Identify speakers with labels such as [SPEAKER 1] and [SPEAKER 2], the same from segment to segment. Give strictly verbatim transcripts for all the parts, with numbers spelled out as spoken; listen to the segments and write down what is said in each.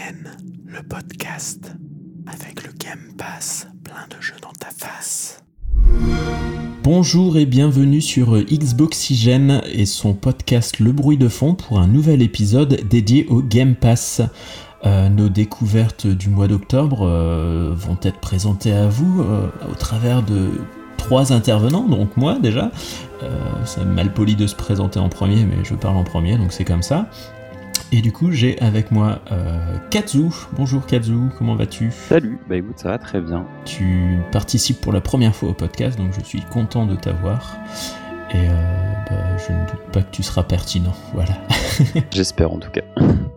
[SPEAKER 1] Oxygène, le podcast avec le Game Pass, plein de jeux dans ta face.
[SPEAKER 2] Bonjour et bienvenue sur Xboxygène et son podcast Le Bruit de Fond pour un nouvel épisode dédié au Game Pass. Euh, nos découvertes du mois d'octobre euh, vont être présentées à vous euh, au travers de trois intervenants, donc moi déjà. Euh, c'est mal poli de se présenter en premier, mais je parle en premier, donc c'est comme ça. Et du coup, j'ai avec moi euh, Kazu. Bonjour Kazu, comment vas-tu ?
[SPEAKER 3] Salut, bah écoute, ça va très bien.
[SPEAKER 2] Tu participes pour la première fois au podcast, donc je suis content de t'avoir. Et euh, bah, je ne doute pas que tu seras pertinent, voilà.
[SPEAKER 3] J'espère en tout cas.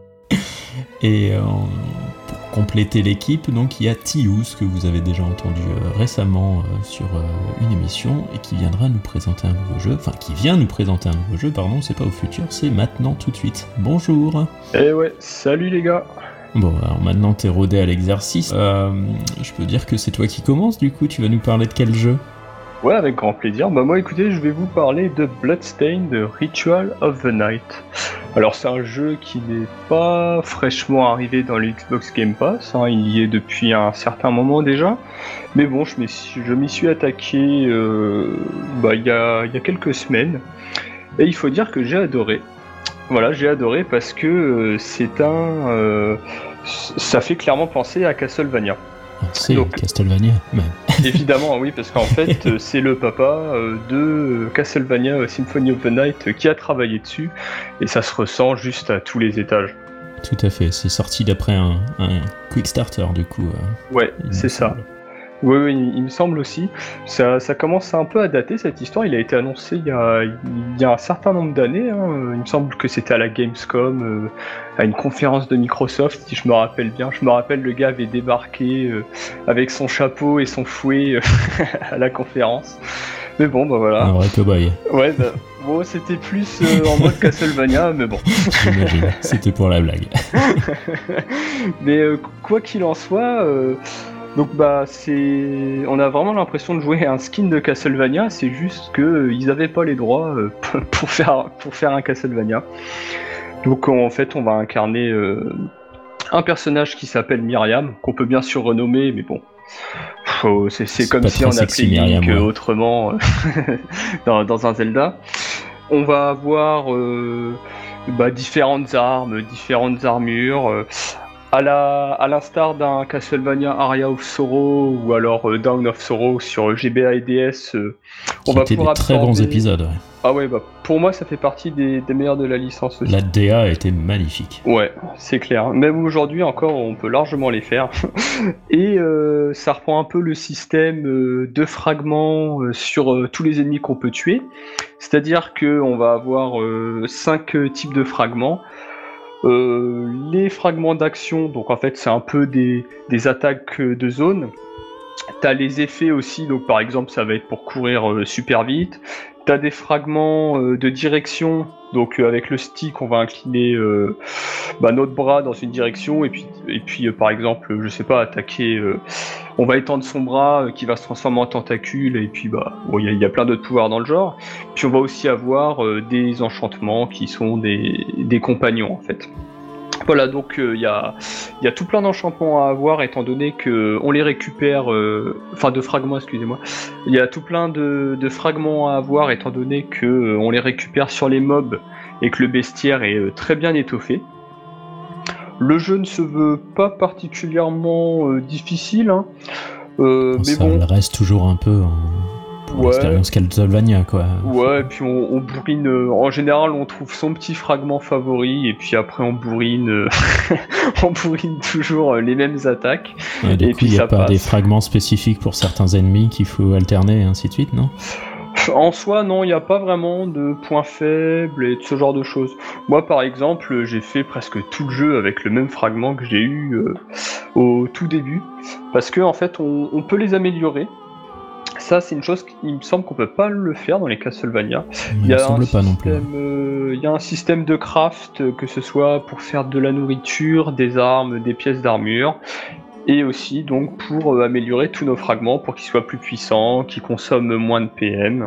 [SPEAKER 2] Et euh, pour compléter l'équipe, donc il y a Tius, que vous avez déjà entendu euh, récemment euh, sur euh, une émission, et qui viendra nous présenter un nouveau jeu, enfin qui vient nous présenter un nouveau jeu, pardon, c'est pas au futur, c'est maintenant tout de suite. Bonjour.
[SPEAKER 4] Eh ouais, salut les gars.
[SPEAKER 2] Bon, alors maintenant t'es rodé à l'exercice, euh, je peux dire que c'est toi qui commences, du coup tu vas nous parler de quel jeu ?
[SPEAKER 4] Ouais, avec grand plaisir. Bah moi écoutez, je vais vous parler de Bloodstained Ritual of the Night. Alors c'est un jeu qui n'est pas fraîchement arrivé dans le Xbox Game Pass, hein, il y est depuis un certain moment déjà. Mais bon, je m'y suis, je m'y suis attaqué euh, bah, il y a, il y a quelques semaines. Et il faut dire que j'ai adoré. Voilà, j'ai adoré parce que euh, c'est un... Euh, ça fait clairement penser à Castlevania.
[SPEAKER 2] C'est
[SPEAKER 4] Donc,
[SPEAKER 2] Castlevania, même.
[SPEAKER 4] Évidemment, oui, parce qu'en fait, euh, c'est le papa euh, de Castlevania euh, Symphony of the Night euh, qui a travaillé dessus, et ça se ressent juste à tous les étages.
[SPEAKER 2] Tout à fait, c'est sorti d'après un, un Quick Starter, du coup. Euh,
[SPEAKER 4] ouais, c'est ça. Oui, oui, il, il me semble aussi. Ça, ça commence un peu à dater, cette histoire. Il a été annoncé il y a, il y a un certain nombre d'années. Hein. Il me semble que c'était à la Gamescom, euh, à une conférence de Microsoft, si je me rappelle bien. Je me rappelle, le gars avait débarqué euh, avec son chapeau et son fouet euh, à la conférence. Mais bon, bah voilà.
[SPEAKER 2] Un vrai cow-boy.
[SPEAKER 4] Ouais, bah, bon, c'était plus euh, en mode Castlevania, mais bon.
[SPEAKER 2] J'imagine, c'était pour la blague.
[SPEAKER 4] Mais euh, quoi qu'il en soit... Euh, Donc bah c'est, on a vraiment l'impression de jouer à un skin de Castlevania, c'est juste que euh, ils avaient pas les droits euh, pour faire pour faire un Castlevania. Donc en fait on va incarner euh, un personnage qui s'appelle Myriam, qu'on peut bien sûr renommer, mais bon, faut, c'est, c'est, c'est comme si on appelait Link ouais. autrement euh, dans, dans un Zelda. On va avoir euh, bah, différentes armes, différentes armures. Euh, À, la, à l'instar d'un Castlevania Aria of Sorrow ou alors euh, Dawn of Sorrow sur G B A et D S, euh, on va pouvoir
[SPEAKER 2] des très
[SPEAKER 4] absorber...
[SPEAKER 2] bons épisodes. Ouais.
[SPEAKER 4] Ah ouais, bah pour moi ça fait partie des, des meilleurs de la licence aussi.
[SPEAKER 2] La D A était magnifique.
[SPEAKER 4] Ouais, c'est clair. Même aujourd'hui encore, on peut largement les faire. Et euh, ça reprend un peu le système euh, de fragments euh, sur euh, tous les ennemis qu'on peut tuer. C'est-à-dire qu'on va avoir euh, cinq types de fragments. Euh, les fragments d'action, donc en fait c'est un peu des, des attaques de zone. T'as les effets aussi, donc par exemple ça va être pour courir euh, super vite. T'as des fragments euh, de direction, donc euh, avec le stick on va incliner euh, bah, notre bras dans une direction et puis, et puis euh, par exemple je sais pas attaquer, euh, on va étendre son bras euh, qui va se transformer en tentacule et puis bah il bon, y, y a plein d'autres pouvoirs dans le genre. Puis on va aussi avoir euh, des enchantements qui sont des, des compagnons en fait. Voilà, donc il euh, y, a, y a tout plein d'enchantements à avoir étant donné qu'on les récupère, euh, enfin de fragments, excusez-moi. Il y a tout plein de, de fragments à avoir étant donné qu'on euh, les récupère sur les mobs et que le bestiaire est euh, très bien étoffé. Le jeu ne se veut pas particulièrement euh, difficile, hein. euh, mais
[SPEAKER 2] ça
[SPEAKER 4] bon.
[SPEAKER 2] Ça reste toujours un peu en... pour ouais. l'expérience Castlevania quoi.
[SPEAKER 4] Ouais, et puis on, on bourrine, euh, en général on trouve son petit fragment favori et puis après on bourrine, euh, on bourrine toujours euh, les mêmes attaques.
[SPEAKER 2] Ouais, du
[SPEAKER 4] et
[SPEAKER 2] coup,
[SPEAKER 4] puis
[SPEAKER 2] il n'y a
[SPEAKER 4] ça
[SPEAKER 2] pas
[SPEAKER 4] passe.
[SPEAKER 2] Des fragments spécifiques pour certains ennemis qu'il faut alterner et ainsi de suite, non ?
[SPEAKER 4] En soi, non, il n'y a pas vraiment de points faibles et de ce genre de choses. Moi, par exemple, j'ai fait presque tout le jeu avec le même fragment que j'ai eu euh, au tout début, parce que en fait, on, on peut les améliorer. Ça, c'est une chose qu'il me semble qu'on peut pas le faire dans les Castlevania.
[SPEAKER 2] Il me semble pas non plus.
[SPEAKER 4] Il euh, y a un système de craft, que ce soit pour faire de la nourriture, des armes, des pièces d'armure, et aussi donc pour euh, améliorer tous nos fragments pour qu'ils soient plus puissants, qu'ils consomment moins de P M.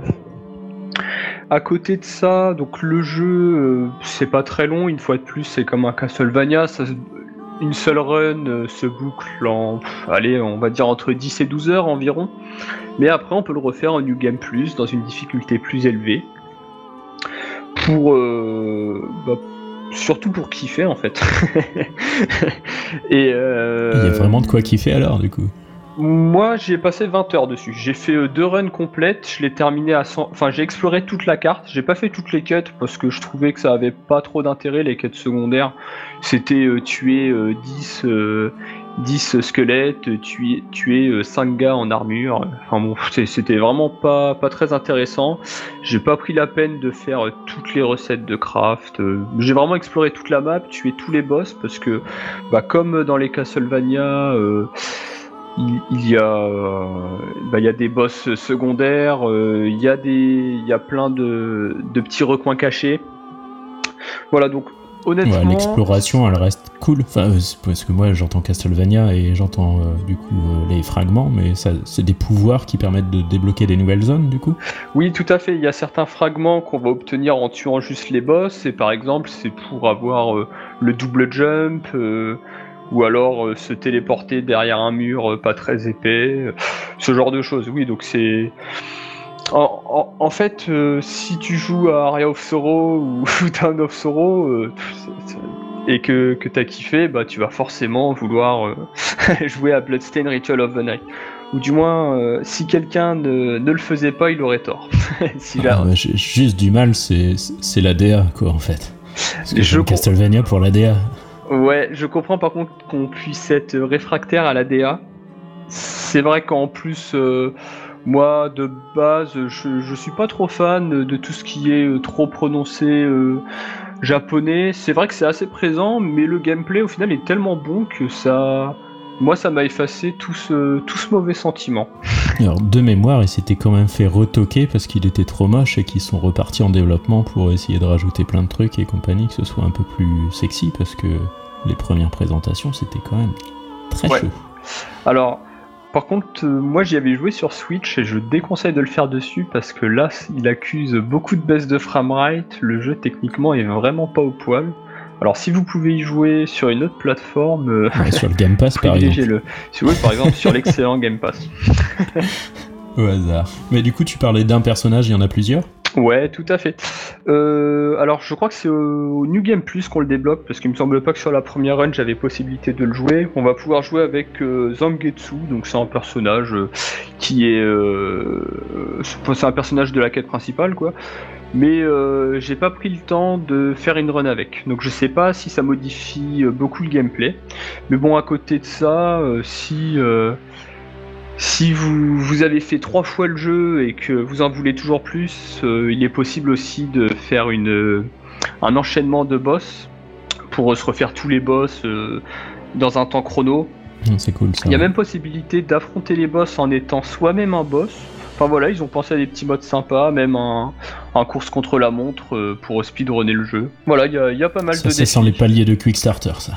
[SPEAKER 4] À côté de ça, donc le jeu, euh, c'est pas très long, une fois de plus, c'est comme un Castlevania, ça, une seule run euh, se boucle en, pff, allez, on va dire entre dix et douze heures environ. Mais après, on peut le refaire en New Game Plus, dans une difficulté plus élevée. Pour... Euh, bah, surtout pour kiffer, en fait. et euh,
[SPEAKER 2] Il y a vraiment de quoi kiffer alors, du coup.
[SPEAKER 4] Moi, j'ai passé vingt heures dessus. J'ai fait euh, deux runs complètes. Je l'ai terminé à cent. Enfin, j'ai exploré toute la carte. J'ai pas fait toutes les quêtes parce que je trouvais que ça avait pas trop d'intérêt. Les quêtes secondaires, c'était euh, tuer euh, dix, euh, dix squelettes, tuer, tuer euh, cinq gars en armure. Enfin bon, c'était vraiment pas, pas très intéressant. J'ai pas pris la peine de faire euh, toutes les recettes de craft. Euh, j'ai vraiment exploré toute la map, tué tous les boss parce que, bah, comme dans les Castlevania. Euh, Il, il y a, euh, bah, il y a des boss secondaires, euh, il y a des, il y a plein de, de petits recoins cachés. Voilà, donc honnêtement.
[SPEAKER 2] Ouais, l'exploration, elle reste cool. Enfin, euh, c'est parce que moi, j'entends Castlevania et j'entends euh, du coup euh, les fragments, mais ça, c'est des pouvoirs qui permettent de débloquer des nouvelles zones, du coup.
[SPEAKER 4] Oui, tout à fait. Il y a certains fragments qu'on va obtenir en tuant juste les boss, et par exemple, c'est pour avoir euh, le double jump. Euh, ou alors euh, se téléporter derrière un mur euh, pas très épais, euh, ce genre de choses. Oui, donc c'est... En, en, en fait, euh, si tu joues à Aria of Sorrow ou Town of Sorrow euh, c'est, c'est... et que, que t'as kiffé, bah, tu vas forcément vouloir euh, jouer à Bloodstained Ritual of the Night. Ou du moins, euh, si quelqu'un ne, ne le faisait pas, il aurait tort. si
[SPEAKER 2] ah, là... J'ai juste du mal, c'est, c'est la D A, quoi, en fait. Parce que
[SPEAKER 4] je
[SPEAKER 2] Castlevania pour la D A.
[SPEAKER 4] Ouais, je comprends par contre qu'on puisse être réfractaire à la D A. C'est vrai qu'en plus, euh, moi de base, je, je suis pas trop fan de tout ce qui est euh, trop prononcé euh, japonais. C'est vrai que c'est assez présent, mais le gameplay au final est tellement bon que ça, moi, ça m'a effacé tout ce, tout ce mauvais sentiment.
[SPEAKER 2] Alors, de mémoire, il s'était quand même fait retoquer parce qu'il était trop moche et qu'ils sont repartis en développement pour essayer de rajouter plein de trucs et compagnie, que ce soit un peu plus sexy, parce que les premières présentations, c'était quand même très
[SPEAKER 4] ouais.
[SPEAKER 2] chaud.
[SPEAKER 4] Alors, par contre, euh, moi j'y avais joué sur Switch et je déconseille de le faire dessus parce que là, il accuse beaucoup de baisse de framerate. Le jeu, techniquement, est vraiment pas au poil. Alors, si vous pouvez y jouer sur une autre plateforme, euh,
[SPEAKER 2] ouais, sur le Game Pass, par exemple.
[SPEAKER 4] Le... Si vous voulez, par exemple, sur l'excellent Game Pass.
[SPEAKER 2] Au hasard. Mais du coup, tu parlais d'un personnage, il y en a plusieurs ?
[SPEAKER 4] Ouais, tout à fait. Euh, alors, je crois que c'est au New Game Plus qu'on le débloque, parce qu'il me semble pas que sur la première run, j'avais possibilité de le jouer. On va pouvoir jouer avec euh, Zangetsu, donc c'est un personnage euh, qui est... Euh, c'est un personnage de la quête principale, quoi. Mais euh, j'ai pas pris le temps de faire une run avec, donc je sais pas si ça modifie beaucoup le gameplay. Mais bon, à côté de ça, euh, si... Euh, Si vous, vous avez fait trois fois le jeu et que vous en voulez toujours plus, euh, il est possible aussi de faire une, euh, un enchaînement de boss pour euh, se refaire tous les boss euh, dans un temps chrono.
[SPEAKER 2] C'est cool ça.
[SPEAKER 4] Il y a même possibilité d'affronter les boss en étant soi-même un boss. Enfin voilà, ils ont pensé à des petits modes sympas, même un, un course contre la montre euh, pour speedrunner le jeu. Voilà, il y a, il y a pas mal
[SPEAKER 2] ça,
[SPEAKER 4] de
[SPEAKER 2] ça
[SPEAKER 4] défis.
[SPEAKER 2] Ça sent les paliers de Quickstarter, ça.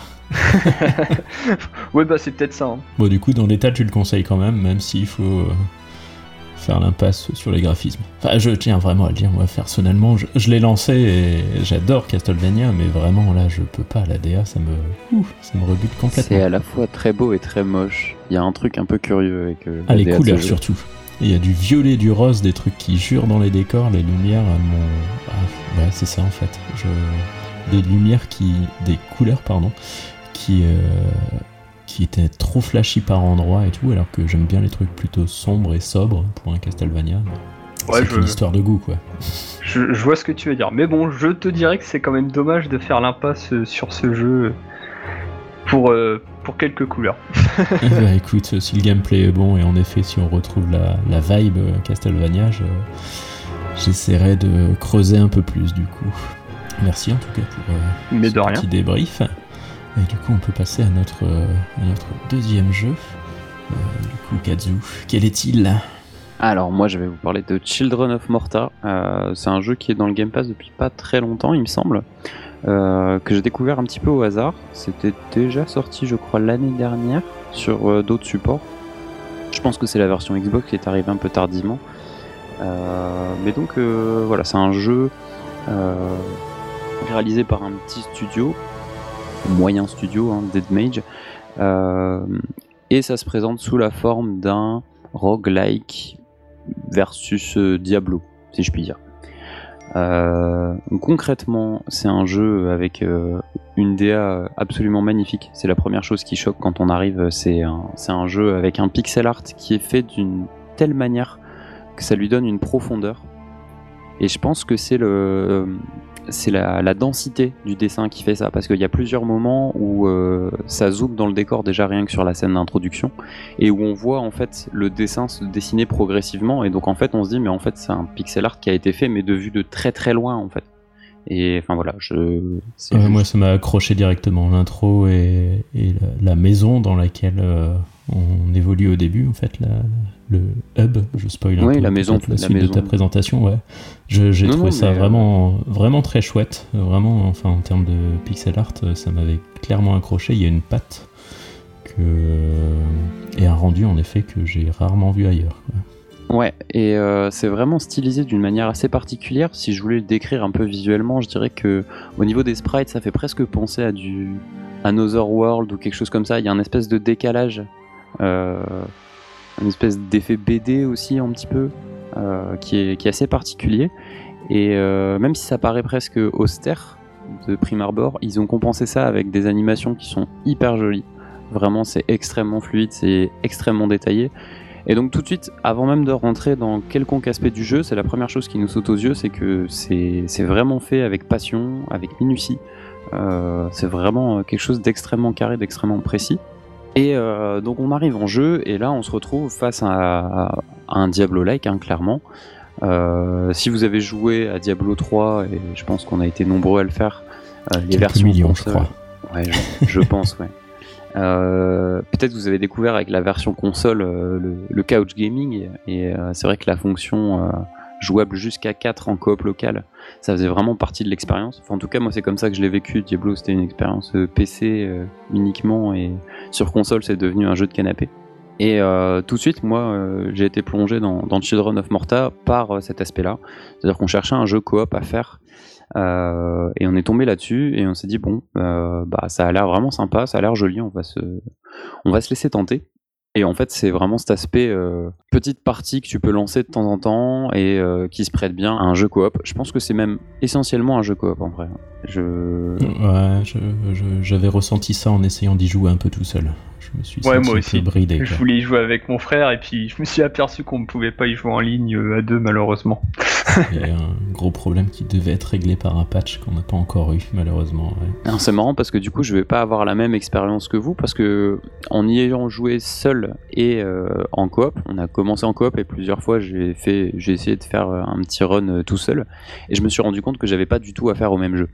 [SPEAKER 4] Ouais, bah c'est peut-être ça. Hein.
[SPEAKER 2] Bon, du coup, dans l'état, tu le conseilles quand même, même s'il faut euh, faire l'impasse sur les graphismes. Enfin, je tiens vraiment à le dire, moi, personnellement, je, je l'ai lancé et j'adore Castlevania, mais vraiment, là, je peux pas. La D A, ça me, ouf, ça me rebute complètement.
[SPEAKER 3] C'est à la fois très beau et très moche. Il y a un truc un peu curieux avec euh,
[SPEAKER 2] ah,
[SPEAKER 3] la
[SPEAKER 2] les
[SPEAKER 3] D A
[SPEAKER 2] couleurs, surtout. Il y a du violet, du rose, des trucs qui jurent dans les décors, les lumières, mon... ah, ouais, c'est ça, en fait. Je... Des lumières qui... Des couleurs, pardon, qui... Euh... qui étaient trop flashy par endroits et tout, alors que j'aime bien les trucs plutôt sombres et sobres pour un Castlevania. Ouais, c'est je... une histoire de goût, quoi.
[SPEAKER 4] Je, je vois ce que tu veux dire. Mais bon, je te dirais que c'est quand même dommage de faire l'impasse sur ce jeu pour, euh, pour quelques couleurs.
[SPEAKER 2] Bah écoute, si le gameplay est bon et en effet si on retrouve la, la vibe Castlevania, je, j'essaierai de creuser un peu plus du coup. Merci en tout cas pour euh,
[SPEAKER 4] Mais
[SPEAKER 2] ce
[SPEAKER 4] de
[SPEAKER 2] petit
[SPEAKER 4] rien.
[SPEAKER 2] débrief. Et du coup on peut passer à notre, euh, à notre deuxième jeu. Euh, du coup Kazu, quel est-il ?
[SPEAKER 3] Alors moi je vais vous parler de Children of Morta. Euh, c'est un jeu qui est dans le Game Pass depuis pas très longtemps il me semble. Euh, que j'ai découvert un petit peu au hasard. C'était déjà sorti je crois l'année dernière sur euh, d'autres supports. Je pense que c'est la version Xbox qui est arrivée un peu tardivement. Euh, mais donc euh, voilà, c'est un jeu euh, réalisé par un petit studio moyen studio, hein, Dead Mage, euh, et ça se présente sous la forme d'un roguelike versus euh, Diablo, si je puis dire. Euh, concrètement, c'est un jeu avec euh, une D A absolument magnifique. C'est la première chose qui choque quand on arrive. C'est un, c'est un jeu avec un pixel art qui est fait d'une telle manière que ça lui donne une profondeur. Et je pense que c'est le, c'est la, la densité du dessin qui fait ça, parce qu'il y a plusieurs moments où euh, ça zoome dans le décor déjà rien que sur la scène d'introduction, et où on voit en fait le dessin se dessiner progressivement, et donc en fait on se dit mais en fait c'est un pixel art qui a été fait mais de vue de très très loin en fait. Et enfin voilà, je.
[SPEAKER 2] Euh,
[SPEAKER 3] juste...
[SPEAKER 2] Moi ça m'a accroché directement, l'intro et, et la, la maison dans laquelle euh, on évolue au début en fait, la, le hub, je spoil un
[SPEAKER 3] oui,
[SPEAKER 2] peu
[SPEAKER 3] la maison,
[SPEAKER 2] la
[SPEAKER 3] la
[SPEAKER 2] suite
[SPEAKER 3] maison.
[SPEAKER 2] de ta présentation, ouais. Je, j'ai
[SPEAKER 3] non,
[SPEAKER 2] trouvé
[SPEAKER 3] non,
[SPEAKER 2] ça
[SPEAKER 3] mais...
[SPEAKER 2] vraiment, vraiment très chouette, vraiment, enfin en termes de pixel art, ça m'avait clairement accroché, il y a une patte que... et un rendu en effet que j'ai rarement vu ailleurs.
[SPEAKER 3] Ouais, et euh, c'est vraiment stylisé d'une manière assez particulière. Si je voulais le décrire un peu visuellement, je dirais que au niveau des sprites, ça fait presque penser à du Another World ou quelque chose comme ça. Il y a un espèce de décalage, euh, une espèce d'effet B D aussi un petit peu, euh, qui est qui est assez particulier. Et euh, même si ça paraît presque austère de prime abord, ils ont compensé ça avec des animations qui sont hyper jolies. Vraiment, c'est extrêmement fluide, c'est extrêmement détaillé. Et donc tout de suite, avant même de rentrer dans quelconque aspect du jeu, c'est la première chose qui nous saute aux yeux, c'est que c'est, c'est vraiment fait avec passion, avec minutie. Euh, c'est vraiment quelque chose d'extrêmement carré, d'extrêmement précis. Et euh, donc on arrive en jeu, et là on se retrouve face à, à un Diablo-like, hein, clairement. Euh, si vous avez joué à Diablo trois, et je pense qu'on a été nombreux à le faire, euh, les
[SPEAKER 2] Quelques
[SPEAKER 3] versions
[SPEAKER 2] millions,
[SPEAKER 3] console,
[SPEAKER 2] je crois.
[SPEAKER 3] Ouais, je, je pense, ouais. Euh, peut-être vous avez découvert avec la version console euh, le, le couch gaming, et, et euh, c'est vrai que la fonction euh, jouable jusqu'à quatre en coop local, ça faisait vraiment partie de l'expérience. Enfin, en tout cas moi c'est comme ça que je l'ai vécu. Diablo c'était une expérience euh, P C euh, uniquement, et sur console c'est devenu un jeu de canapé. Et euh, tout de suite moi euh, j'ai été plongé dans, dans Children of Morta par euh, cet aspect là, c'est à dire qu'on cherchait un jeu coop à faire. Euh, et on est tombé là-dessus et on s'est dit bon, euh, bah ça a l'air vraiment sympa, ça a l'air joli, on va se, on va se laisser tenter. Et en fait c'est vraiment cet aspect euh, petite partie que tu peux lancer de temps en temps et euh, qui se prête bien à un jeu coop. Je pense que c'est même essentiellement un jeu coop en vrai. Je...
[SPEAKER 2] Ouais, je, je, j'avais ressenti ça en essayant d'y jouer un peu tout seul. Je me suis
[SPEAKER 4] Ouais,
[SPEAKER 2] senti
[SPEAKER 4] moi
[SPEAKER 2] un
[SPEAKER 4] aussi.
[SPEAKER 2] peu bridé.
[SPEAKER 4] Je
[SPEAKER 2] quoi.
[SPEAKER 4] voulais y jouer avec mon frère et puis je me suis aperçu qu'on ne pouvait pas y jouer en ligne euh, à deux malheureusement.
[SPEAKER 2] Il y a un gros problème qui devait être réglé par un patch qu'on n'a pas encore eu malheureusement. Ouais.
[SPEAKER 3] Alors, c'est marrant parce que du coup je vais pas avoir la même expérience que vous, parce que en y ayant joué seul et euh, en coop, on a commencé en coop et plusieurs fois j'ai fait, j'ai essayé de faire un petit run euh, tout seul et je me suis rendu compte que j'avais pas du tout affaire au même jeu.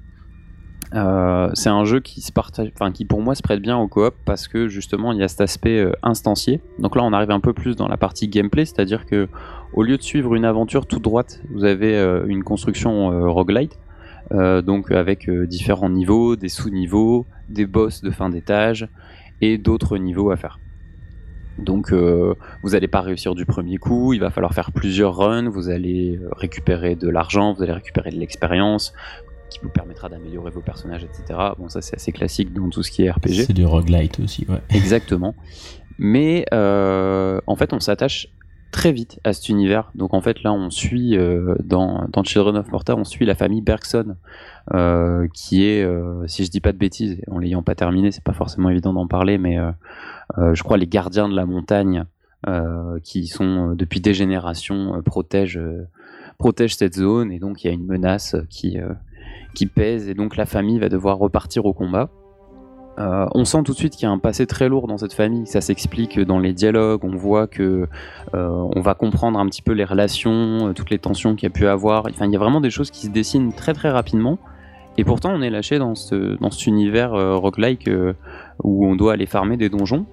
[SPEAKER 3] Euh, c'est un jeu qui se partage, enfin qui pour moi se prête bien au coop parce que justement il y a cet aspect euh, instancié. Donc là on arrive un peu plus dans la partie gameplay, c'est-à-dire que au lieu de suivre une aventure toute droite, vous avez euh, une construction euh, roguelite, euh, donc avec euh, différents niveaux, des sous-niveaux, des boss de fin d'étage et d'autres niveaux à faire. Donc euh, vous n'allez pas réussir du premier coup, il va falloir faire plusieurs runs, vous allez récupérer de l'argent, vous allez récupérer de l'expérience qui vous permettra d'améliorer vos personnages, et cetera. Bon, ça c'est assez classique dans tout ce qui est R P G.
[SPEAKER 2] C'est du roguelite aussi, ouais.
[SPEAKER 3] Exactement. Mais euh, en fait, on s'attache très vite à cet univers. Donc en fait, là, on suit euh, dans, dans Children of Morta, on suit la famille Bergson, euh, qui est, euh, si je dis pas de bêtises, en l'ayant pas terminé, c'est pas forcément évident d'en parler, mais euh, euh, je crois les gardiens de la montagne, euh, qui sont euh, depuis des générations euh, protègent, euh, protègent cette zone, et donc il y a une menace qui euh, qui pèse, et donc la famille va devoir repartir au combat. Euh, on sent tout de suite qu'il y a un passé très lourd dans cette famille, ça s'explique dans les dialogues, on voit que euh, on va comprendre un petit peu les relations, euh, toutes les tensions qu'il y a pu avoir, enfin il y a vraiment des choses qui se dessinent très très rapidement, et pourtant on est lâché dans, ce, dans cet univers euh, roguelike euh, où on doit aller farmer des donjons,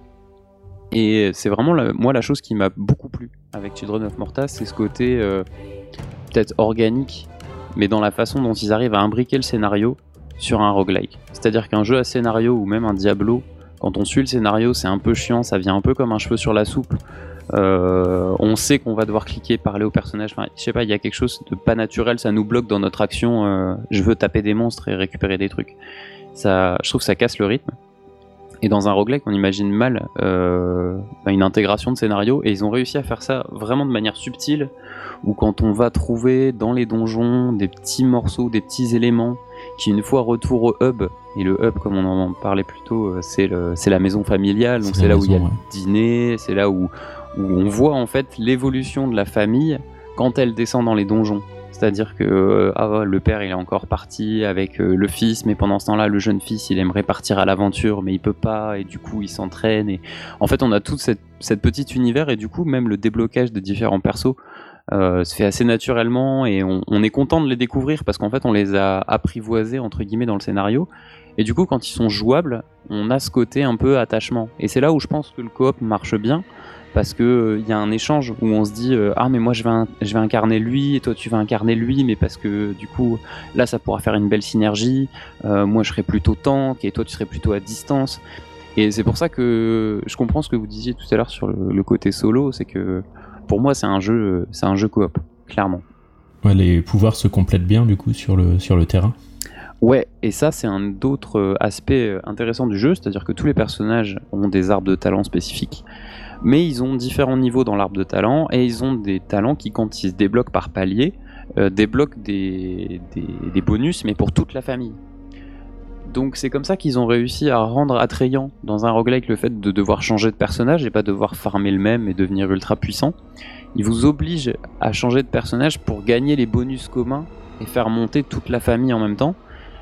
[SPEAKER 3] et c'est vraiment la, moi la chose qui m'a beaucoup plu avec Children of Morta, c'est ce côté euh, peut-être organique, mais dans la façon dont ils arrivent à imbriquer le scénario sur un roguelike. C'est-à-dire qu'un jeu à scénario, ou même un Diablo, quand on suit le scénario, c'est un peu chiant, ça vient un peu comme un cheveu sur la soupe. Euh, on sait qu'on va devoir cliquer, parler au personnage, enfin, je sais pas, il y a quelque chose de pas naturel, ça nous bloque dans notre action, euh, je veux taper des monstres et récupérer des trucs. ça, je trouve que ça casse le rythme. Et dans un roguelike, on imagine mal euh, bah, une intégration de scénario, et ils ont réussi à faire ça vraiment de manière subtile, où quand on va trouver dans les donjons des petits morceaux, des petits éléments, qui une fois retour au hub, et le hub, comme on en parlait plus tôt, c'est, le, c'est la maison familiale, donc c'est, c'est là maison, où il y a ouais. le dîner, c'est là où, où on voit en fait l'évolution de la famille quand elle descend dans les donjons. C'est-à-dire que euh, ah, le père il est encore parti avec euh, le fils, mais pendant ce temps-là le jeune fils il aimerait partir à l'aventure mais il peut pas, et du coup il s'entraîne, et en fait on a tout cette, cette petite univers, et du coup même le déblocage de différents persos euh, se fait assez naturellement, et on, on est content de les découvrir parce qu'en fait on les a apprivoisés entre guillemets dans le scénario, et du coup quand ils sont jouables on a ce côté un peu attachement, et c'est là où je pense que le coop marche bien. Parce qu'il euh, y a un échange où on se dit euh, ah mais moi je vais, in- je vais incarner lui et toi tu vas incarner lui, mais parce que du coup là ça pourra faire une belle synergie, euh, moi je serai plutôt tank et toi tu serais plutôt à distance, et c'est pour ça que je comprends ce que vous disiez tout à l'heure sur le, le côté solo, c'est que pour moi c'est un jeu, c'est un jeu coop, clairement.
[SPEAKER 2] Ouais, les pouvoirs se complètent bien du coup sur le, sur le terrain.
[SPEAKER 3] Ouais, et ça c'est un autre aspect intéressant du jeu, c'est-à-dire que tous les personnages ont des arbres de talent spécifiques, mais ils ont différents niveaux dans l'arbre de talent, et ils ont des talents qui, quand ils se débloquent par palier, euh, débloquent des, des, des bonus, mais pour toute la famille. Donc c'est comme ça qu'ils ont réussi à rendre attrayant dans un roguelike le fait de devoir changer de personnage et pas devoir farmer le même et devenir ultra puissant. Ils vous obligent à changer de personnage pour gagner les bonus communs et faire monter toute la famille en même temps,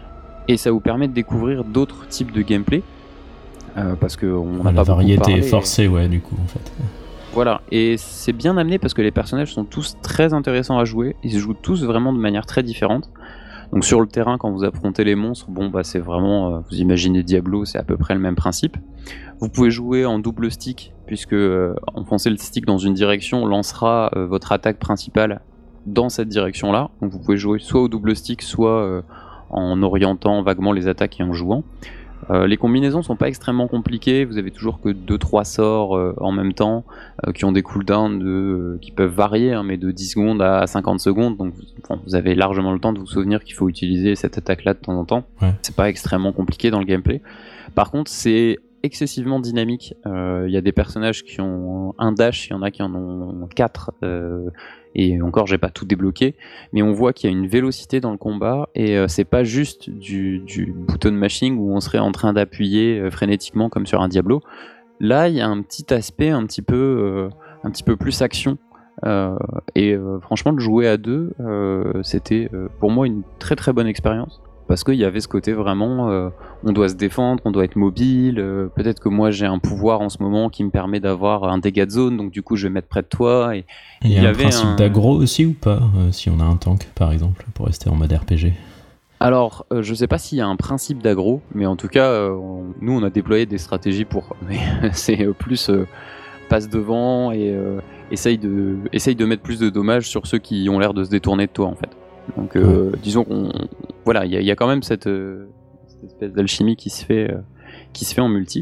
[SPEAKER 3] et ça vous permet de découvrir d'autres types de gameplay. Euh, parce que on
[SPEAKER 2] ah,
[SPEAKER 3] a
[SPEAKER 2] la
[SPEAKER 3] pas
[SPEAKER 2] variété est
[SPEAKER 3] parlé,
[SPEAKER 2] forcée, ouais, du coup, en fait.
[SPEAKER 3] Voilà, et c'est bien amené parce que les personnages sont tous très intéressants à jouer, ils se jouent tous vraiment de manière très différente. Donc sur le terrain, quand vous affrontez les monstres, bon bah c'est vraiment, euh, vous imaginez Diablo, c'est à peu près le même principe. Vous pouvez jouer en double stick, puisque euh, enfoncer le stick dans une direction lancera euh, votre attaque principale dans cette direction-là. Donc vous pouvez jouer soit au double stick, soit euh, en orientant vaguement les attaques et en jouant. Euh, les combinaisons sont pas extrêmement compliquées, vous avez toujours que deux trois sorts euh, en même temps euh, qui ont des cooldowns de, euh, qui peuvent varier, hein, mais de dix secondes à cinquante secondes, donc bon, vous avez largement le temps de vous souvenir qu'il faut utiliser cette attaque là de temps en temps. Ouais. C'est pas extrêmement compliqué dans le gameplay. Par contre c'est excessivement dynamique, il euh, y a des personnages qui ont un dash, il y en a qui en ont quatre, euh, et encore j'ai pas tout débloqué, mais on voit qu'il y a une vélocité dans le combat, et euh, c'est pas juste du, du button mashing où on serait en train d'appuyer euh, frénétiquement comme sur un Diablo. Là il y a un petit aspect un petit peu, euh, un petit peu plus action, euh, et euh, franchement de jouer à deux euh, c'était euh, pour moi une très très bonne expérience. Parce qu'il y avait ce côté vraiment, euh, on doit se défendre, on doit être mobile, euh, peut-être que moi j'ai un pouvoir en ce moment qui me permet d'avoir un dégât de zone, donc du coup je vais mettre près de toi. Et
[SPEAKER 2] il y a
[SPEAKER 3] il y
[SPEAKER 2] un
[SPEAKER 3] avait
[SPEAKER 2] principe
[SPEAKER 3] un...
[SPEAKER 2] d'aggro aussi ou pas, euh, si on a un tank par exemple, pour rester en mode R P G.
[SPEAKER 3] Alors, euh, je sais pas s'il y a un principe d'aggro, mais en tout cas, euh, on... nous on a déployé des stratégies pour, mais c'est euh, plus euh, passe devant et euh, essaye, de... essaye de mettre plus de dommages sur ceux qui ont l'air de se détourner de toi en fait. Donc euh, ouais. disons qu'on voilà, il y, y a quand même cette, euh, cette espèce d'alchimie qui se fait, euh, qui se fait en multi.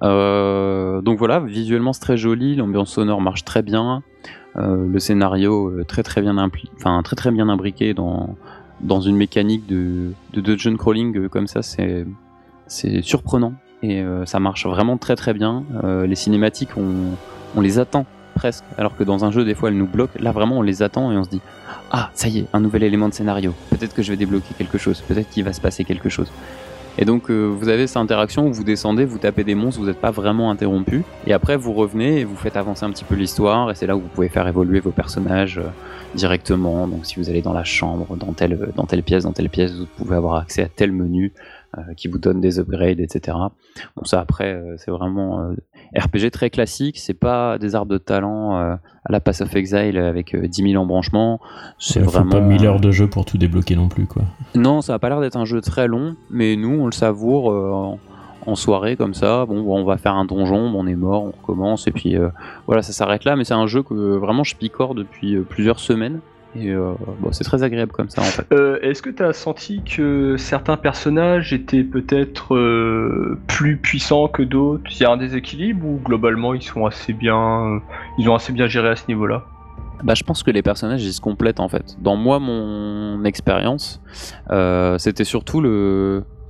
[SPEAKER 3] Euh, donc voilà, visuellement c'est très joli, l'ambiance sonore marche très bien, euh, le scénario euh, très très bien impli- enfin très très bien imbriqué dans dans une mécanique de de dungeon crawling euh, comme ça, c'est c'est surprenant et euh, ça marche vraiment très très bien. Euh, les cinématiques on on les attend presque, alors que dans un jeu des fois elles nous bloquent. Là vraiment on les attend et on se dit ah, ça y est, un nouvel élément de scénario. Peut-être que je vais débloquer quelque chose. Peut-être qu'il va se passer quelque chose. Et donc, euh, vous avez cette interaction où vous descendez, vous tapez des monstres, vous n'êtes pas vraiment interrompu. Et après, vous revenez et vous faites avancer un petit peu l'histoire. Et c'est là où vous pouvez faire évoluer vos personnages euh, directement. Donc, si vous allez dans la chambre, dans telle, dans telle pièce, dans telle pièce, vous pouvez avoir accès à tel menu euh, qui vous donne des upgrades, et cetera. Bon, ça, après, euh, c'est vraiment euh, R P G très classique. C'est pas des arbres de talent euh, à la Path of Exile avec euh, dix mille embranchements. C'est
[SPEAKER 2] ouais,
[SPEAKER 3] vraiment...
[SPEAKER 2] faut pas mille heures de jeu pour tout débloquer non plus, quoi.
[SPEAKER 3] Non, ça a pas l'air d'être un jeu très long, mais nous, on le savoure euh, en, en soirée comme ça. Bon, bon, on va faire un donjon, bon, on est mort, on recommence, et puis euh, voilà, ça s'arrête là. Mais c'est un jeu que euh, vraiment je picore depuis euh, plusieurs semaines. Et euh, bon, c'est très agréable comme ça en fait.
[SPEAKER 4] Euh, est-ce que tu as senti que certains personnages étaient peut-être euh, plus puissants que d'autres? Il y a un déséquilibre ou globalement ils sont assez bien, ils ont assez bien géré à ce niveau-là?
[SPEAKER 3] Bah, je pense que les personnages ils se complètent en fait. Dans moi, mon expérience, euh, c'était surtout le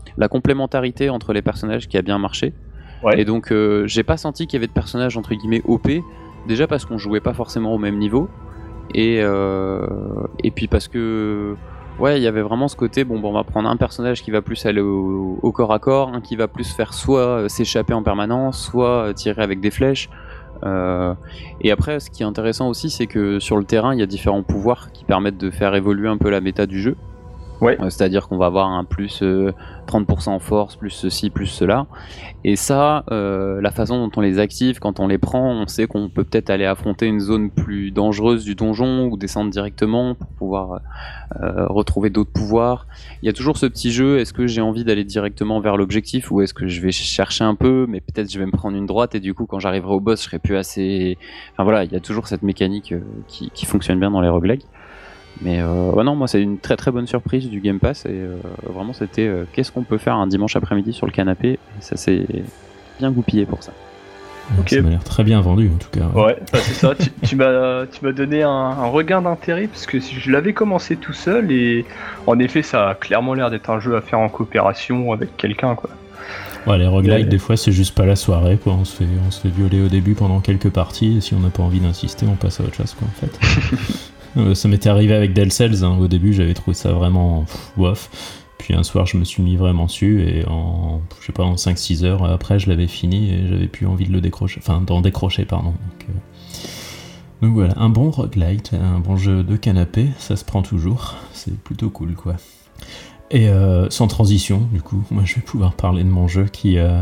[SPEAKER 3] la complémentarité entre les personnages qui a bien marché. Ouais. Et donc euh, j'ai pas senti qu'il y avait de personnages entre guillemets O P, déjà parce qu'on jouait pas forcément au même niveau, et, euh, et puis parce que ouais, il y avait vraiment ce côté, bon, bon on va prendre un personnage qui va plus aller au, au corps à corps, un qui va plus faire soit s'échapper en permanence, soit tirer avec des flèches. Euh, et après, ce qui est intéressant aussi, c'est que sur le terrain, il y a différents pouvoirs qui permettent de faire évoluer un peu la méta du jeu. Ouais. Euh, c'est-à-dire qu'on va avoir un plus euh, trente pour cent en force, plus ceci, plus cela. Et ça, euh, la façon dont on les active, quand on les prend, on sait qu'on peut peut-être aller affronter une zone plus dangereuse du donjon ou descendre directement pour pouvoir euh, retrouver d'autres pouvoirs. Il y a toujours ce petit jeu, est-ce que j'ai envie d'aller directement vers l'objectif ou est-ce que je vais chercher un peu, mais peut-être je vais me prendre une droite et du coup quand j'arriverai au boss, je serai plus assez... Enfin voilà, il y a toujours cette mécanique euh, qui, qui fonctionne bien dans les roguelikes. Mais euh, ouais non, moi c'est une très très bonne surprise du Game Pass et euh, vraiment c'était euh, qu'est-ce qu'on peut faire un dimanche après-midi sur le canapé, et ça s'est bien goupillé pour ça.
[SPEAKER 2] Okay. Ça m'a l'air très bien vendu en tout cas.
[SPEAKER 4] Ouais, bah, c'est ça, tu, tu, m'as, tu m'as donné un, un regain d'intérêt parce que je l'avais commencé tout seul et en effet ça a clairement l'air d'être un jeu à faire en coopération avec quelqu'un quoi.
[SPEAKER 2] Ouais, les roguelikes, ouais. Des fois, c'est juste pas la soirée, quoi. On se fait, on se fait violer au début pendant quelques parties, et si on n'a pas envie d'insister, on passe à autre chose, quoi, en fait. euh, ça m'était arrivé avec Dead Cells, hein. Au début, j'avais trouvé ça vraiment bof. Puis un soir, je me suis mis vraiment dessus, et en, je sais pas, en cinq six heures après, je l'avais fini, et j'avais plus envie de le décrocher, enfin, d'en décrocher, pardon. Donc, euh... Donc voilà, un bon roguelite, un bon jeu de canapé, ça se prend toujours, c'est plutôt cool, quoi. Et euh, sans transition, du coup, moi je vais pouvoir parler de mon jeu qui a,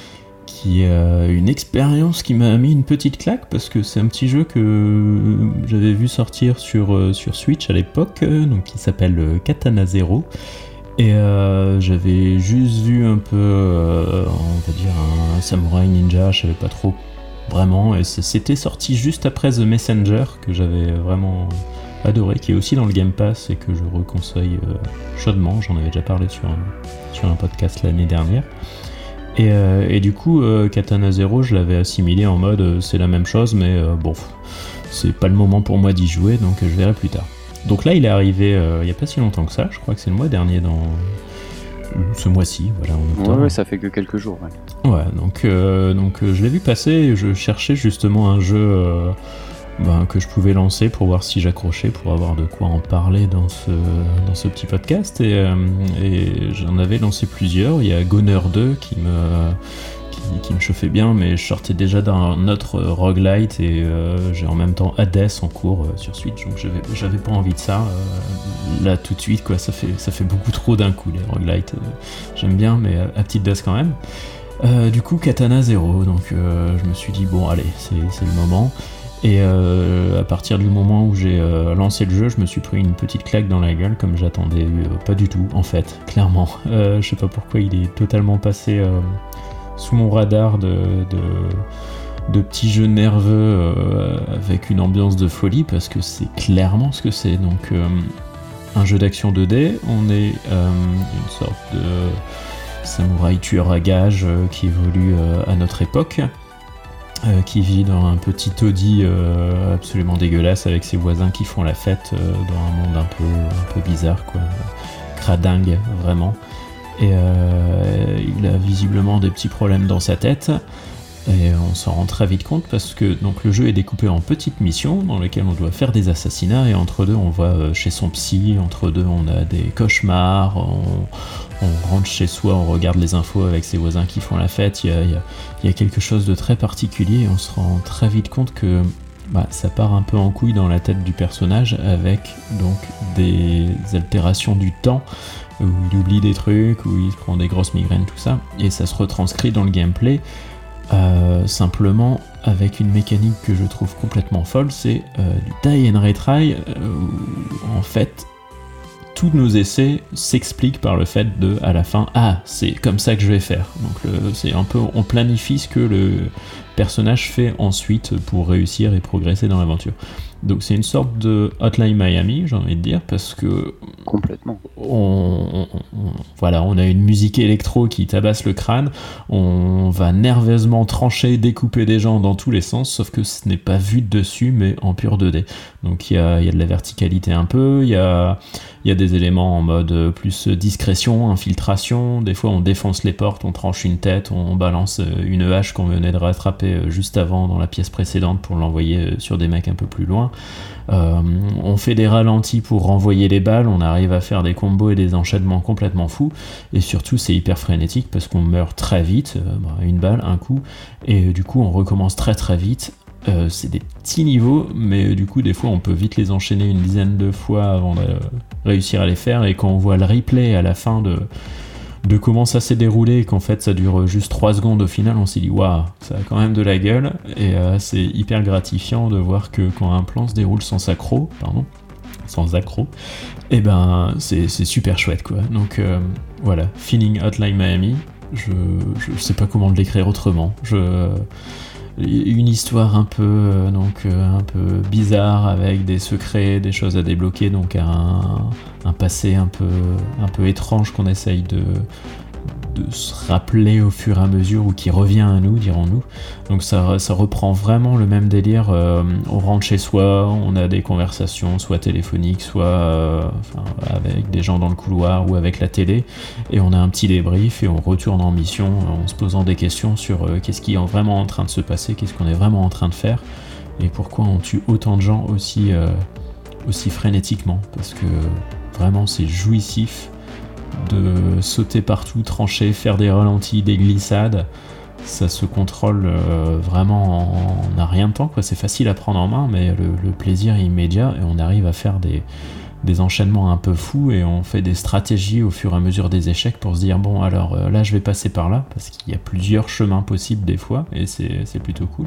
[SPEAKER 2] qui a une expérience qui m'a mis une petite claque parce que c'est un petit jeu que j'avais vu sortir sur, sur Switch à l'époque, donc qui s'appelle Katana Zero. Et euh, j'avais juste vu un peu, euh, on va dire, un samouraï ninja, je savais pas trop vraiment, et c'était sorti juste après The Messenger que j'avais vraiment adoré, qui est aussi dans le Game Pass et que je reconseille euh, chaudement. J'en avais déjà parlé sur un, sur un podcast l'année dernière. Et, euh, et du coup, euh, Katana Zero, je l'avais assimilé en mode euh, c'est la même chose, mais euh, bon, c'est pas le moment pour moi d'y jouer, donc euh, je verrai plus tard. Donc là, il est arrivé euh, il y a pas si longtemps que ça, je crois que c'est le mois dernier, dans ce mois-ci, voilà. En
[SPEAKER 3] octobre. Ouais, ouais, ça fait que quelques jours. Ouais,
[SPEAKER 2] ouais donc, euh, donc euh, je l'ai vu passer et je cherchais justement un jeu. Euh, Ben, que je pouvais lancer pour voir si j'accrochais, pour avoir de quoi en parler dans ce, dans ce petit podcast. Et, euh, et j'en avais lancé plusieurs. Il y a Goner deux qui me, qui, qui me chauffait bien, mais je sortais déjà d'un autre roguelite et euh, j'ai en même temps Hades en cours euh, sur Switch, donc j'avais, j'avais pas envie de ça. Euh, là, tout de suite, quoi, ça fait, ça fait beaucoup trop d'un coup, les roguelites. Euh, j'aime bien, mais à, à petite dose quand même. Euh, du coup, Katana Zero, donc euh, je me suis dit, bon, allez, c'est, c'est le moment. Et euh, à partir du moment où j'ai euh, lancé le jeu, je me suis pris une petite claque dans la gueule, comme j'attendais euh, pas du tout, en fait, clairement. Euh, je sais pas pourquoi il est totalement passé euh, sous mon radar de, de, de petits jeux nerveux euh, avec une ambiance de folie, parce que c'est clairement ce que c'est. Donc, euh, un jeu d'action deux D, on est euh, une sorte de samouraï tueur à gages euh, qui évolue euh, à notre époque. Euh, qui vit dans un petit taudis euh, absolument dégueulasse avec ses voisins qui font la fête euh, dans un monde un peu, un peu bizarre, quoi, cradingue vraiment. Et euh, il a visiblement des petits problèmes dans sa tête. Et on s'en rend très vite compte parce que donc, le jeu est découpé en petites missions dans lesquelles on doit faire des assassinats et entre deux on va chez son psy, entre deux on a des cauchemars, on, on rentre chez soi, on regarde les infos avec ses voisins qui font la fête, il y a, il y a, il y a quelque chose de très particulier et on se rend très vite compte que bah, ça part un peu en couille dans la tête du personnage avec donc des altérations du temps où il oublie des trucs, où il se prend des grosses migraines, tout ça, et ça se retranscrit dans le gameplay. Euh, simplement avec une mécanique que je trouve complètement folle, c'est euh, du die and retry, euh, où en fait tous nos essais s'expliquent par le fait de, à la fin, ah, c'est comme ça que je vais faire. Donc le, c'est un peu, on planifie ce que le personnage fait ensuite pour réussir et progresser dans l'aventure. Donc c'est une sorte de Hotline Miami, j'ai envie de dire, parce que
[SPEAKER 3] complètement.
[SPEAKER 2] On, on, on, voilà, on a une musique électro qui tabasse le crâne, on va nerveusement trancher, découper des gens dans tous les sens, sauf que ce n'est pas vu de dessus, mais en pur deux D. Donc il y a, y a de la verticalité un peu, il y a, y a des éléments en mode plus discrétion, infiltration, des fois on défonce les portes, on tranche une tête, on balance une hache qu'on venait de rattraper juste avant dans la pièce précédente pour l'envoyer sur des mecs un peu plus loin. Euh, on fait des ralentis pour renvoyer les balles, on arrive à faire des combos et des enchaînements complètement fous, et surtout c'est hyper frénétique parce qu'on meurt très vite, euh, bah, une balle, un coup, et euh, du coup on recommence très très vite. Euh, c'est des petits niveaux, mais euh, du coup des fois on peut vite les enchaîner une dizaine de fois avant de euh, réussir à les faire, et quand on voit le replay à la fin de de comment ça s'est déroulé et qu'en fait ça dure juste trois secondes au final, on s'est dit waouh, ça a quand même de la gueule, et euh, c'est hyper gratifiant de voir que quand un plan se déroule sans accro, pardon, sans accro, et ben c'est, c'est super chouette quoi. Donc euh, voilà, feeling Hotline Miami, je, je sais pas comment le décrire autrement, je... une histoire un peu euh, donc euh, un peu bizarre avec des secrets, des choses à débloquer, donc un, un passé un peu un peu étrange qu'on essaye de de se rappeler au fur et à mesure, ou qui revient à nous, dirons-nous. Donc ça, ça reprend vraiment le même délire. Euh, on rentre chez soi, on a des conversations, soit téléphoniques, soit euh, enfin, avec des gens dans le couloir ou avec la télé, et on a un petit débrief et on retourne en mission en se posant des questions sur euh, qu'est-ce qui est vraiment en train de se passer, qu'est-ce qu'on est vraiment en train de faire, et pourquoi on tue autant de gens aussi, euh, aussi frénétiquement, parce que vraiment c'est jouissif de sauter partout, trancher, faire des ralentis, des glissades. Ça se contrôle euh, vraiment en, en un rien de temps, quoi. C'est facile à prendre en main, mais le, le plaisir est immédiat, et on arrive à faire des, des enchaînements un peu fous, et on fait des stratégies au fur et à mesure des échecs pour se dire bon alors euh, là je vais passer par là, parce qu'il y a plusieurs chemins possibles des fois, et c'est, c'est plutôt cool.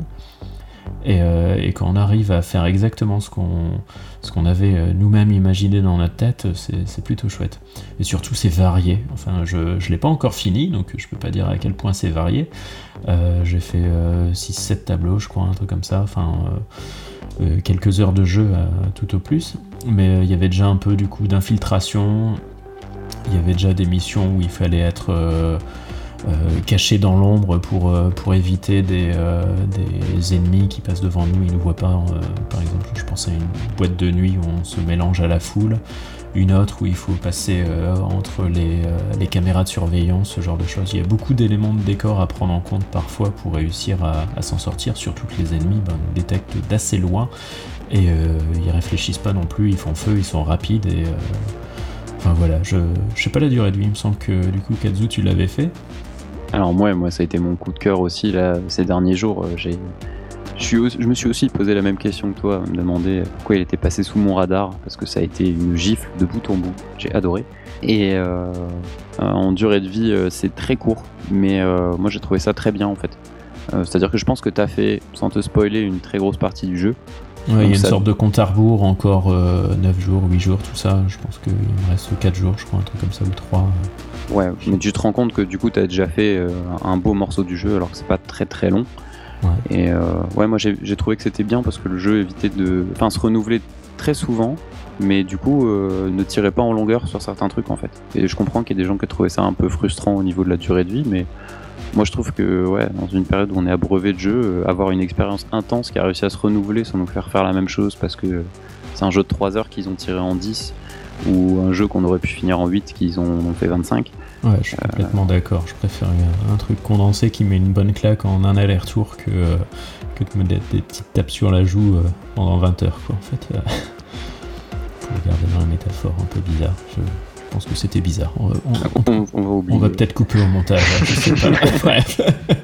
[SPEAKER 2] Et, euh, et quand on arrive à faire exactement ce qu'on, ce qu'on avait nous-mêmes imaginé dans notre tête, c'est, c'est plutôt chouette. Et surtout c'est varié. Enfin, je ne l'ai pas encore fini, donc je peux pas dire à quel point c'est varié. Euh, j'ai fait euh, six sept tableaux, je crois, un truc comme ça. Enfin, euh, euh, quelques heures de jeu euh, tout au plus. Mais il euh, y avait déjà un peu du coup d'infiltration. Il y avait déjà des missions où il fallait être... Euh, Euh, caché dans l'ombre pour, euh, pour éviter des, euh, des ennemis qui passent devant nous, ils ne nous voient pas. Euh, par exemple, je pense à une boîte de nuit où on se mélange à la foule, une autre où il faut passer euh, entre les, euh, les caméras de surveillance, ce genre de choses. Il y a beaucoup d'éléments de décor à prendre en compte parfois pour réussir à, à s'en sortir, surtout que les ennemis ben, nous détectent d'assez loin, et euh, ils réfléchissent pas non plus, ils font feu, ils sont rapides, et euh, enfin voilà, je, je sais pas la durée de vie, il me semble que du coup Kazu tu l'avais fait.
[SPEAKER 3] Alors moi, moi, ça a été mon coup de cœur aussi là, ces derniers jours. J'ai, je, suis aussi, je me suis aussi posé la même question que toi, me demander pourquoi il était passé sous mon radar, parce que ça a été une gifle de bout en bout. J'ai adoré. Et euh, en durée de vie, c'est très court, mais euh, moi j'ai trouvé ça très bien en fait. Euh, c'est-à-dire que je pense que t'as fait, sans te spoiler, une très grosse partie du jeu.
[SPEAKER 2] Ouais, il y a une
[SPEAKER 3] ça...
[SPEAKER 2] sorte de compte à rebours, encore euh, neuf jours, huit jours, tout ça. Je pense qu'il me reste quatre jours, je crois, un truc comme ça, ou trois.
[SPEAKER 3] Ouais, mais tu te rends compte que du coup, t'as déjà fait euh, un beau morceau du jeu, alors que c'est pas très très long.
[SPEAKER 2] Ouais.
[SPEAKER 3] Et euh, ouais, moi j'ai, j'ai trouvé que c'était bien parce que le jeu évitait de. Enfin, se renouveler très souvent, mais du coup, euh, ne tirait pas en longueur sur certains trucs en fait. Et je comprends qu'il y ait des gens qui trouvaient ça un peu frustrant au niveau de la durée de vie, mais. Moi je trouve que ouais, dans une période où on est abreuvé de jeux, euh, avoir une expérience intense qui a réussi à se renouveler sans nous faire faire la même chose parce que c'est un jeu de trois heures qu'ils ont tiré en dix, ou un jeu qu'on aurait pu finir en huit qu'ils ont, ont fait vingt-cinq.
[SPEAKER 2] Ouais, je suis euh... complètement d'accord. Je préfère un truc condensé qui met une bonne claque en un aller-retour que, euh, que de me mettre des petites tapes sur la joue euh, pendant vingt heures quoi, en fait. Euh, pour regarder dans la métaphore un peu bizarre. Je... Je pense que c'était bizarre. On, on,
[SPEAKER 3] on, on, va, oublier.
[SPEAKER 2] On va peut-être couper au montage. Je sais pas. Bref.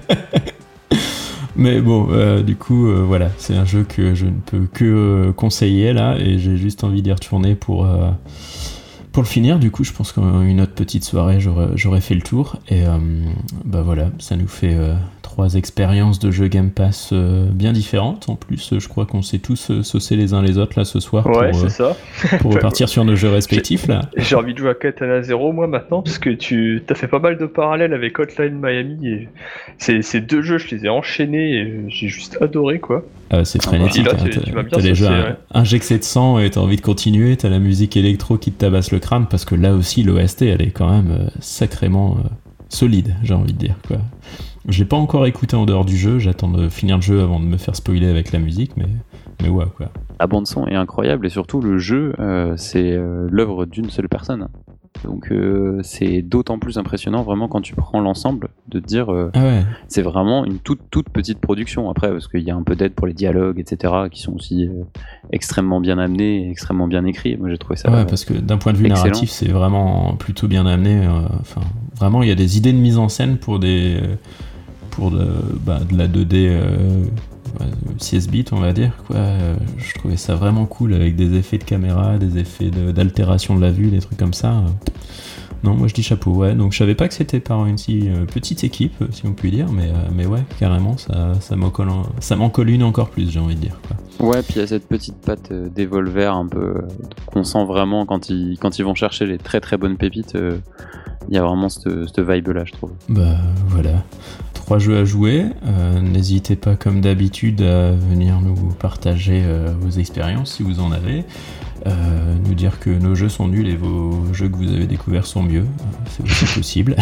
[SPEAKER 2] Mais bon, euh, du coup, euh, voilà, c'est un jeu que je ne peux que euh, conseiller là, et j'ai juste envie d'y retourner pour euh, Pour le finir, du coup, je pense qu'une autre petite soirée, j'aurais, j'aurais fait le tour. Et euh, bah voilà, ça nous fait euh, trois expériences de jeux Game Pass euh, bien différentes. En plus, je crois qu'on s'est tous euh, saucés les uns les autres là ce soir
[SPEAKER 4] Ouais,
[SPEAKER 2] pour,
[SPEAKER 4] c'est
[SPEAKER 2] euh,
[SPEAKER 4] ça.
[SPEAKER 2] pour repartir sur nos jeux respectifs là.
[SPEAKER 4] J'ai envie de jouer à Katana Zero moi maintenant parce que tu as fait pas mal de parallèles avec Hotline Miami et ces, ces deux jeux je les ai enchaînés et j'ai juste adoré quoi.
[SPEAKER 2] Ah, c'est frénétique,
[SPEAKER 4] là,
[SPEAKER 2] hein,
[SPEAKER 4] tu-
[SPEAKER 2] t'as,
[SPEAKER 4] tu m'as bien
[SPEAKER 2] t'as les
[SPEAKER 4] saucé,
[SPEAKER 2] jeux
[SPEAKER 4] ouais.
[SPEAKER 2] injectés de sang et t'as envie de continuer, t'as la musique électro qui te tabasse le crâne parce que là aussi l'O S T elle est quand même euh, sacrément euh, solide, j'ai envie de dire quoi. Je l'ai pas encore écouté en dehors du jeu, j'attends de finir le jeu avant de me faire spoiler avec la musique, mais, mais ouais quoi.
[SPEAKER 3] La bande son est incroyable et surtout le jeu, euh, c'est euh, l'œuvre d'une seule personne. Donc euh, c'est d'autant plus impressionnant vraiment quand tu prends l'ensemble de te dire euh,
[SPEAKER 2] Ah ouais.
[SPEAKER 3] c'est vraiment une toute toute petite production après parce qu'il y a un peu d'aide pour les dialogues etc qui sont aussi euh, extrêmement bien amenés et extrêmement bien écrits. Moi j'ai trouvé ça
[SPEAKER 2] Ouais,
[SPEAKER 3] euh,
[SPEAKER 2] parce que d'un point de vue
[SPEAKER 3] excellent.
[SPEAKER 2] narratif, c'est vraiment plutôt bien amené. euh, Enfin, vraiment, il y a des idées de mise en scène pour des pour de, bah, de la deux D euh, ouais, six bits, on va dire. Quoi. Euh, je trouvais ça vraiment cool avec des effets de caméra, des effets de, d'altération de la vue, des trucs comme ça. Non, moi je dis chapeau. Ouais, donc je savais pas que c'était par une si euh, petite équipe, si on peut dire, mais euh, mais ouais, carrément, ça ça m'en colle, en- ça m'en colle une encore plus, j'ai envie de dire. Quoi.
[SPEAKER 3] Ouais, puis il y a cette petite patte euh, d'Evolver un peu euh, qu'on sent vraiment quand ils, quand ils vont chercher les très très bonnes pépites. euh, Il y a vraiment cette, cette vibe-là, je trouve.
[SPEAKER 2] Bah voilà, trois jeux à jouer. Euh, n'hésitez pas comme d'habitude à venir nous partager euh, vos expériences si vous en avez. Euh, nous dire que nos jeux sont nuls et vos jeux que vous avez découverts sont mieux. Euh, c'est aussi possible.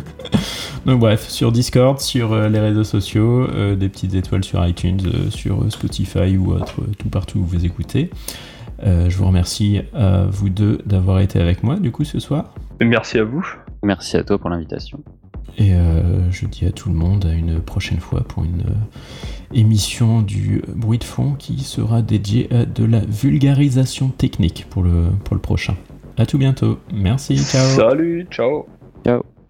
[SPEAKER 2] Donc bref, sur Discord, sur euh, les réseaux sociaux, euh, des petites étoiles sur iTunes, euh, sur Spotify ou autre, euh, tout partout où vous écoutez. Euh, je vous remercie à vous deux d'avoir été avec moi du coup ce soir.
[SPEAKER 4] Et merci à vous.
[SPEAKER 3] Merci à toi pour l'invitation.
[SPEAKER 2] Et euh, je dis à tout le monde à une prochaine fois pour une euh, émission du bruit de fond qui sera dédiée à de la vulgarisation technique pour le, pour le prochain. À tout bientôt. Merci, ciao.
[SPEAKER 4] Salut, ciao.
[SPEAKER 3] Ciao.